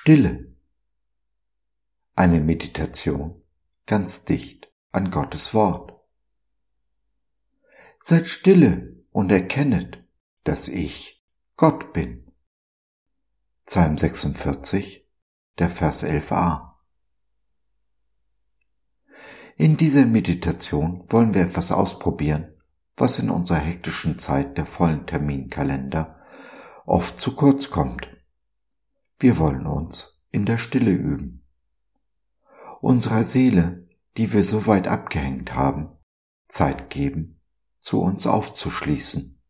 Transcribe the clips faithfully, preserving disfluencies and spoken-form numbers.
Stille. Eine Meditation ganz dicht an Gottes Wort. Seid stille und erkennet, dass ich Gott bin. Psalm sechsundvierzig, der Vers elf a. In dieser Meditation wollen wir etwas ausprobieren, was in unserer hektischen Zeit der vollen Terminkalender oft zu kurz kommt. Wir wollen uns in der Stille üben. Unserer Seele, die wir so weit abgehängt haben, Zeit geben, zu uns aufzuschließen.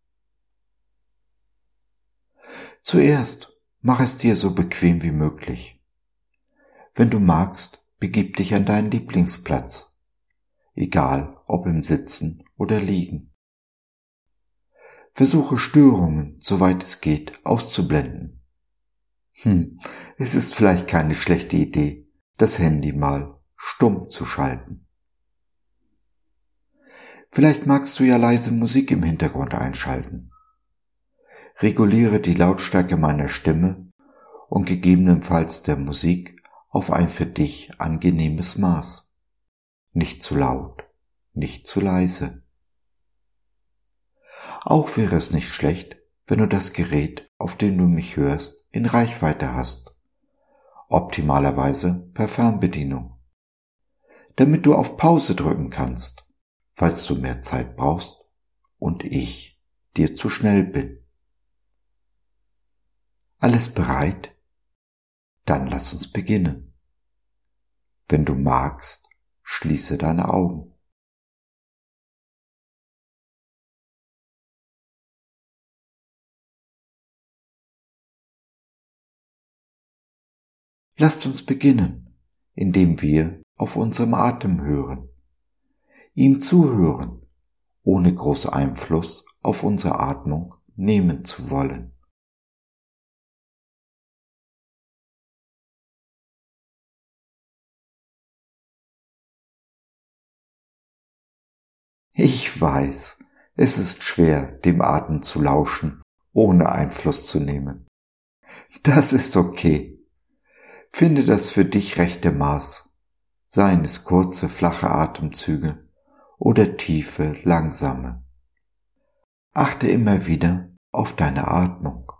Zuerst mach es dir so bequem wie möglich. Wenn du magst, begib dich an deinen Lieblingsplatz, egal ob im Sitzen oder Liegen. Versuche Störungen, soweit es geht, auszublenden. Hm, es ist vielleicht keine schlechte Idee, das Handy mal stumm zu schalten. Vielleicht magst du ja leise Musik im Hintergrund einschalten. Reguliere die Lautstärke meiner Stimme und gegebenenfalls der Musik auf ein für dich angenehmes Maß. Nicht zu laut, nicht zu leise. Auch wäre es nicht schlecht, wenn du das Gerät, auf dem du mich hörst, in Reichweite hast. Optimalerweise per Fernbedienung. Damit du auf Pause drücken kannst, falls du mehr Zeit brauchst und ich dir zu schnell bin. Alles bereit? Dann lass uns beginnen. Wenn du magst, schließe deine Augen. Lasst uns beginnen, indem wir auf unserem Atem hören, ihm zuhören, ohne großen Einfluss auf unsere Atmung nehmen zu wollen. Ich weiß, es ist schwer, dem Atem zu lauschen, ohne Einfluss zu nehmen. Das ist okay. Finde das für dich rechte Maß, seien es kurze, flache Atemzüge oder tiefe, langsame. Achte immer wieder auf deine Atmung.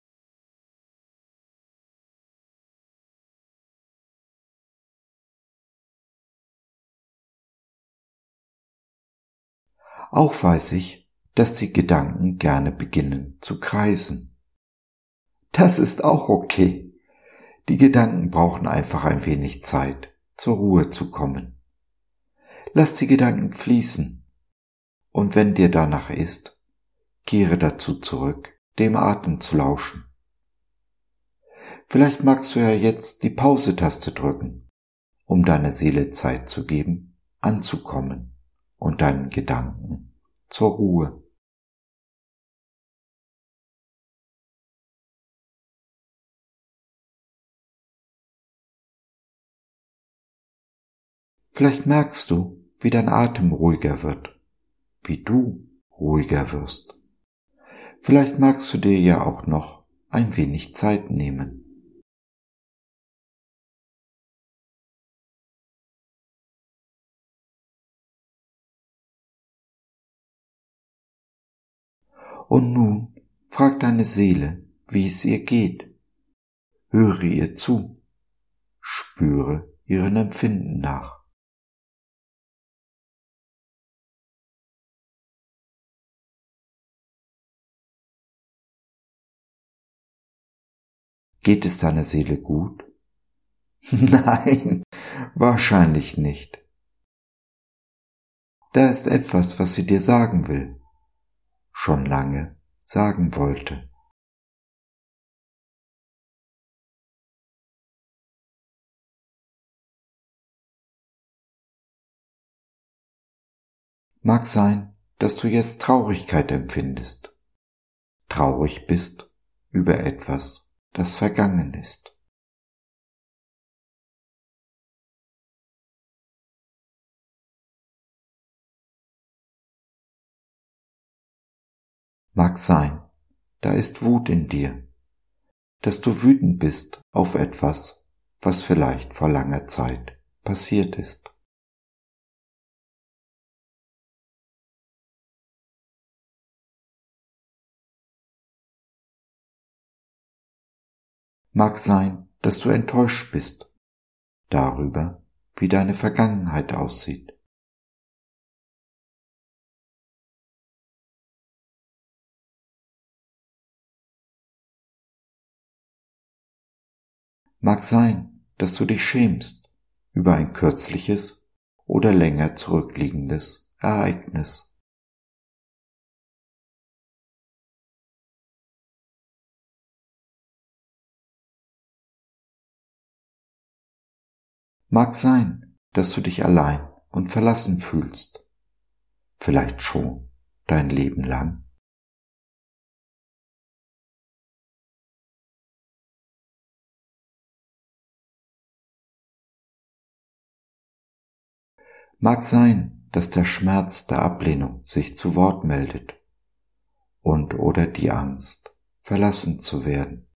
Auch weiß ich, dass die Gedanken gerne beginnen zu kreisen. Das ist auch okay. Die Gedanken brauchen einfach ein wenig Zeit, zur Ruhe zu kommen. Lass die Gedanken fließen und wenn dir danach ist, kehre dazu zurück, dem Atem zu lauschen. Vielleicht magst du ja jetzt die Pause-Taste drücken, um deiner Seele Zeit zu geben, anzukommen und deinen Gedanken zur Ruhe. Vielleicht merkst du, wie dein Atem ruhiger wird, wie du ruhiger wirst. Vielleicht magst du dir ja auch noch ein wenig Zeit nehmen. Und nun frag deine Seele, wie es ihr geht. Höre ihr zu, spüre ihren Empfinden nach. Geht es deiner Seele gut? Nein, wahrscheinlich nicht. Da ist etwas, was sie dir sagen will, schon lange sagen wollte. Mag sein, dass du jetzt Traurigkeit empfindest, traurig bist über etwas, das vergangen ist. Mag sein, da ist Wut in dir, dass du wütend bist auf etwas, was vielleicht vor langer Zeit passiert ist. Mag sein, dass du enttäuscht bist darüber, wie deine Vergangenheit aussieht. Mag sein, dass du dich schämst über ein kürzliches oder länger zurückliegendes Ereignis. Mag sein, dass du dich allein und verlassen fühlst, vielleicht schon dein Leben lang. Mag sein, dass der Schmerz der Ablehnung sich zu Wort meldet und oder die Angst, verlassen zu werden.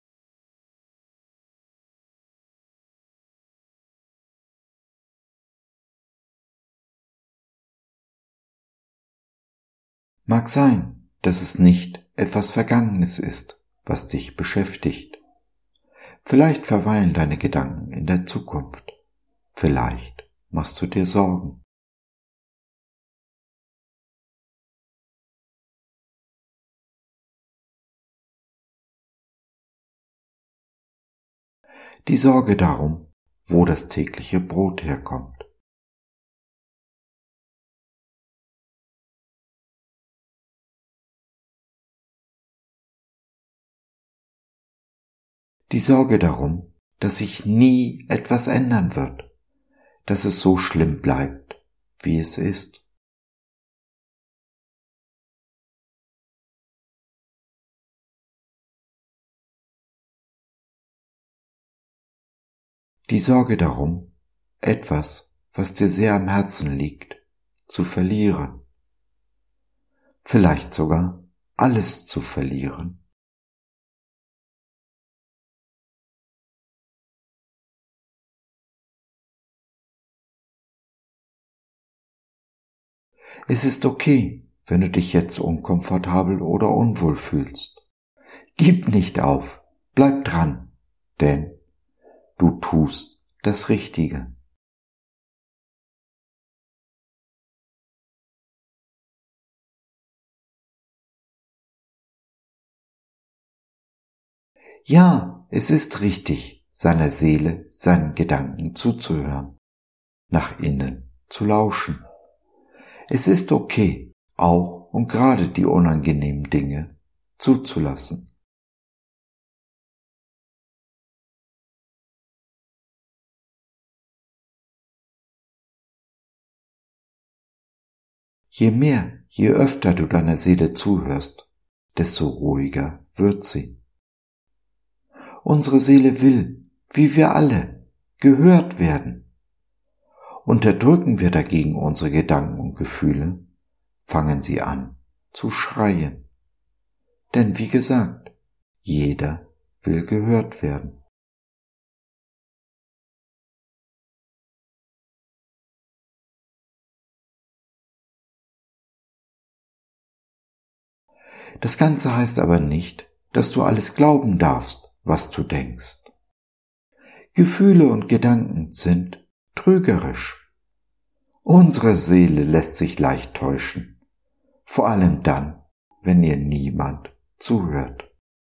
Mag sein, dass es nicht etwas Vergangenes ist, was dich beschäftigt. Vielleicht verweilen deine Gedanken in der Zukunft. Vielleicht machst du dir Sorgen. Die Sorge darum, wo das tägliche Brot herkommt. Die Sorge darum, dass sich nie etwas ändern wird, dass es so schlimm bleibt, wie es ist. Die Sorge darum, etwas, was dir sehr am Herzen liegt, zu verlieren. Vielleicht sogar alles zu verlieren. Es ist okay, wenn du dich jetzt unkomfortabel oder unwohl fühlst. Gib nicht auf, bleib dran, denn du tust das Richtige. Ja, es ist richtig, seiner Seele, seinen Gedanken zuzuhören, nach innen zu lauschen. Es ist okay, auch und gerade die unangenehmen Dinge zuzulassen. Je mehr, je öfter du deiner Seele zuhörst, desto ruhiger wird sie. Unsere Seele will, wie wir alle, gehört werden. Unterdrücken wir dagegen unsere Gedanken und Gefühle, fangen sie an zu schreien. Denn wie gesagt, jeder will gehört werden. Das Ganze heißt aber nicht, dass du alles glauben darfst, was du denkst. Gefühle und Gedanken sind trügerisch. Unsere Seele lässt sich leicht täuschen, vor allem dann, wenn ihr niemand zuhört.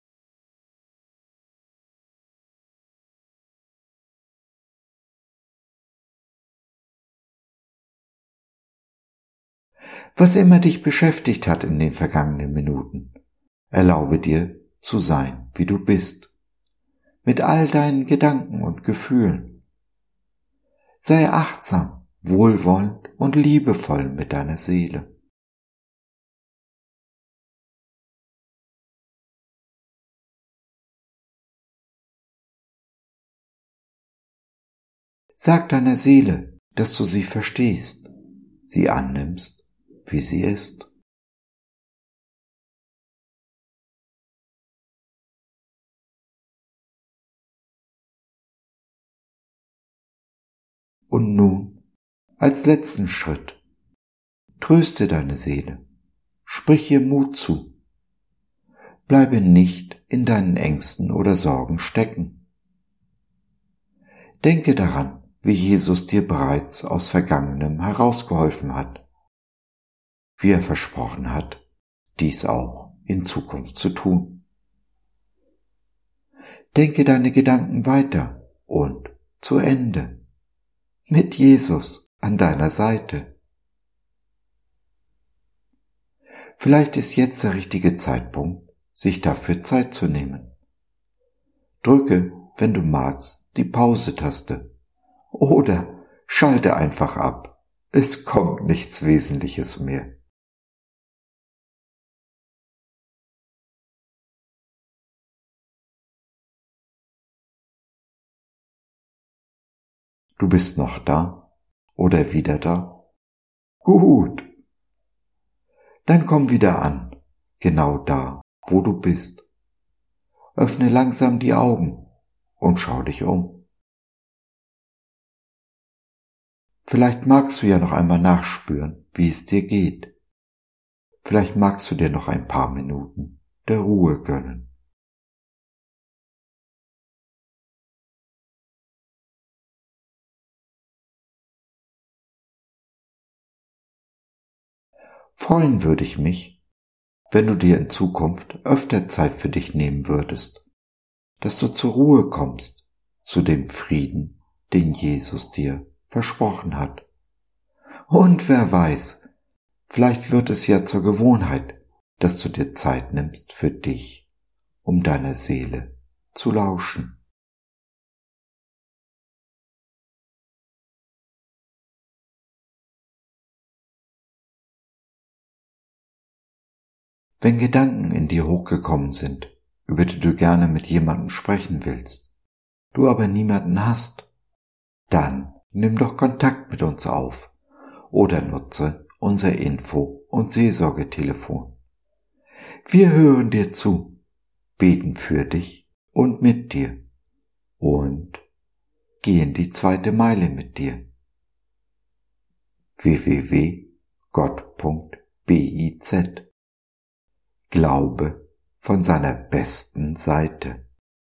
Was immer dich beschäftigt hat in den vergangenen Minuten, erlaube dir zu sein, wie du bist, mit all deinen Gedanken und Gefühlen. Sei achtsam, wohlwollend und liebevoll mit deiner Seele. Sag deiner Seele, dass du sie verstehst, sie annimmst, wie sie ist. Und nun, als letzten Schritt, tröste deine Seele, sprich ihr Mut zu. Bleibe nicht in deinen Ängsten oder Sorgen stecken. Denke daran, wie Jesus dir bereits aus Vergangenem herausgeholfen hat, wie er versprochen hat, dies auch in Zukunft zu tun. Denke deine Gedanken weiter und zu Ende, mit Jesus an deiner Seite. Vielleicht ist jetzt der richtige Zeitpunkt, sich dafür Zeit zu nehmen. Drücke, wenn du magst, die Pause-Taste oder schalte einfach ab. Es kommt nichts Wesentliches mehr. Du bist noch da oder wieder da? Gut. Dann komm wieder an, genau da, wo du bist. Öffne langsam die Augen und schau dich um. Vielleicht magst du ja noch einmal nachspüren, wie es dir geht. Vielleicht magst du dir noch ein paar Minuten der Ruhe gönnen. Freuen würde ich mich, wenn du dir in Zukunft öfter Zeit für dich nehmen würdest, dass du zur Ruhe kommst, zu dem Frieden, den Jesus dir versprochen hat. Und wer weiß, vielleicht wird es ja zur Gewohnheit, dass du dir Zeit nimmst für dich, um deiner Seele zu lauschen. Wenn Gedanken in dir hochgekommen sind, über die du gerne mit jemandem sprechen willst, du aber niemanden hast, dann nimm doch Kontakt mit uns auf oder nutze unser Info- und Seelsorgetelefon. Wir hören dir zu, beten für dich und mit dir und gehen die zweite Meile mit dir. w w w punkt gott punkt biz Glaube von seiner besten Seite.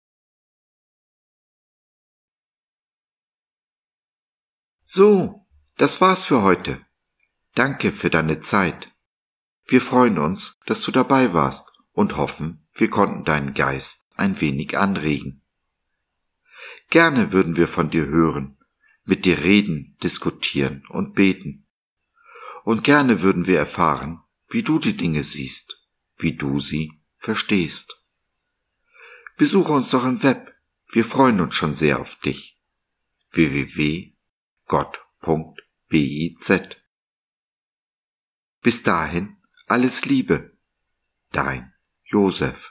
So, das war's für heute. Danke für deine Zeit. Wir freuen uns, dass du dabei warst und hoffen, wir konnten deinen Geist ein wenig anregen. Gerne würden wir von dir hören, mit dir reden, diskutieren und beten. Und gerne würden wir erfahren, wie du die Dinge siehst, wie du sie verstehst. Besuche uns doch im Web, wir freuen uns schon sehr auf dich. w w w punkt gott punkt biz Bis dahin alles Liebe, dein Josef.